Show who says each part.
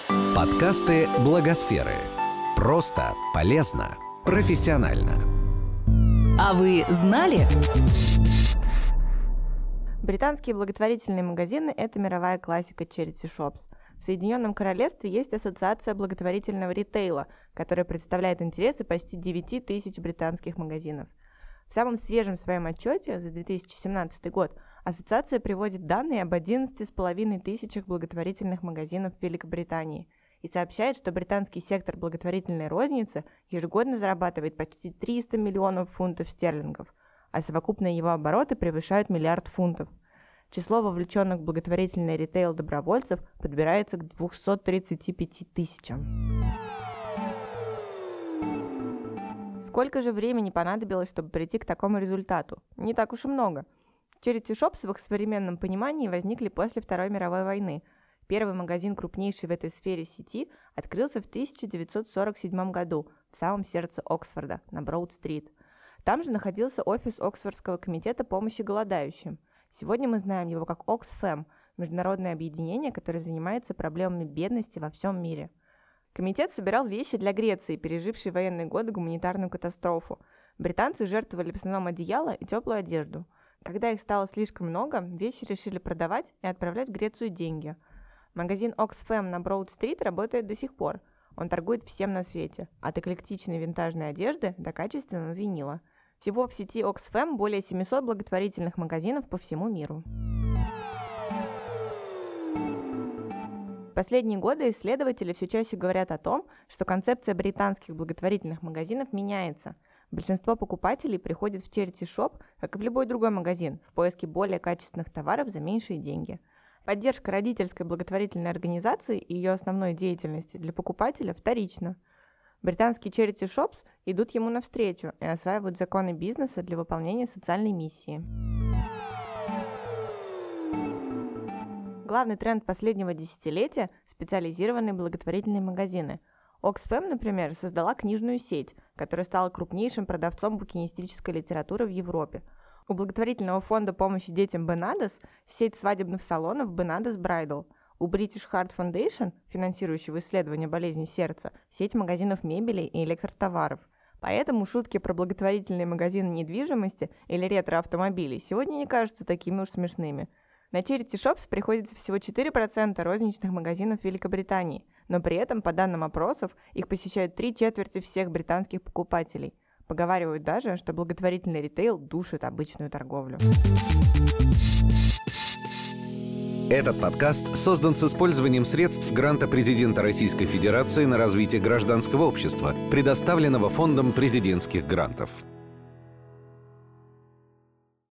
Speaker 1: Подкасты Благосферы. Просто, полезно, профессионально.
Speaker 2: А вы знали?
Speaker 3: Британские благотворительные магазины – это мировая классика Charity Shops. В Соединенном Королевстве есть Ассоциация благотворительного ритейла, которая представляет интересы почти 9 тысяч британских магазинов. В самом свежем своем отчете за 2017 год ассоциация приводит данные об 11,5 тысячах благотворительных магазинов в Великобритании и сообщает, что британский сектор благотворительной розницы ежегодно зарабатывает почти 300 миллионов фунтов стерлингов, а совокупные его обороты превышают $1 миллиард. Число вовлеченных в благотворительный ритейл добровольцев подбирается к 235 тысячам. Сколько же времени понадобилось, чтобы прийти к такому результату? Не так уж и много. Charity Shops в их современном понимании возникли после Второй мировой войны. Первый магазин крупнейшей в этой сфере сети открылся в 1947 году в самом сердце Оксфорда, на Броуд-стрит. Там же находился офис Оксфордского комитета помощи голодающим. Сегодня мы знаем его как Oxfam, международное объединение, которое занимается проблемами бедности во всем мире. Комитет собирал вещи для Греции, пережившей в военные годы гуманитарную катастрофу. Британцы жертвовали в основном одеяло и теплую одежду. Когда их стало слишком много, вещи решили продавать и отправлять в Грецию деньги. Магазин Oxfam на Броуд-стрит работает до сих пор. Он торгует всем на свете, от эклектичной винтажной одежды до качественного винила. Всего в сети Oxfam более 700 благотворительных магазинов по всему миру. В последние годы исследователи все чаще говорят о том, что концепция британских благотворительных магазинов меняется. Большинство покупателей приходят в Charity Shop, как и в любой другой магазин, в поиске более качественных товаров за меньшие деньги. Поддержка родительской благотворительной организации и ее основной деятельности для покупателя вторична. Британские Charity Shops идут ему навстречу и осваивают законы бизнеса для выполнения социальной миссии. Главный тренд последнего десятилетия – специализированные благотворительные магазины. Oxfam, например, создала книжную сеть, которая стала крупнейшим продавцом букинистической литературы в Европе. У благотворительного фонда помощи детям Benadas сеть свадебных салонов Benadas Bridal. У British Heart Foundation, финансирующего исследования болезни сердца, сеть магазинов мебели и электротоваров. Поэтому шутки про благотворительные магазины недвижимости или ретро-автомобилей сегодня не кажутся такими уж смешными. На Charity Shops приходится всего 4% розничных магазинов в Великобритании, но при этом, по данным опросов, их посещают 3/4 всех британских покупателей. Поговаривают даже, что благотворительный ритейл душит обычную торговлю.
Speaker 1: Этот подкаст создан с использованием средств гранта президента Российской Федерации на развитие гражданского общества, предоставленного Фондом президентских грантов.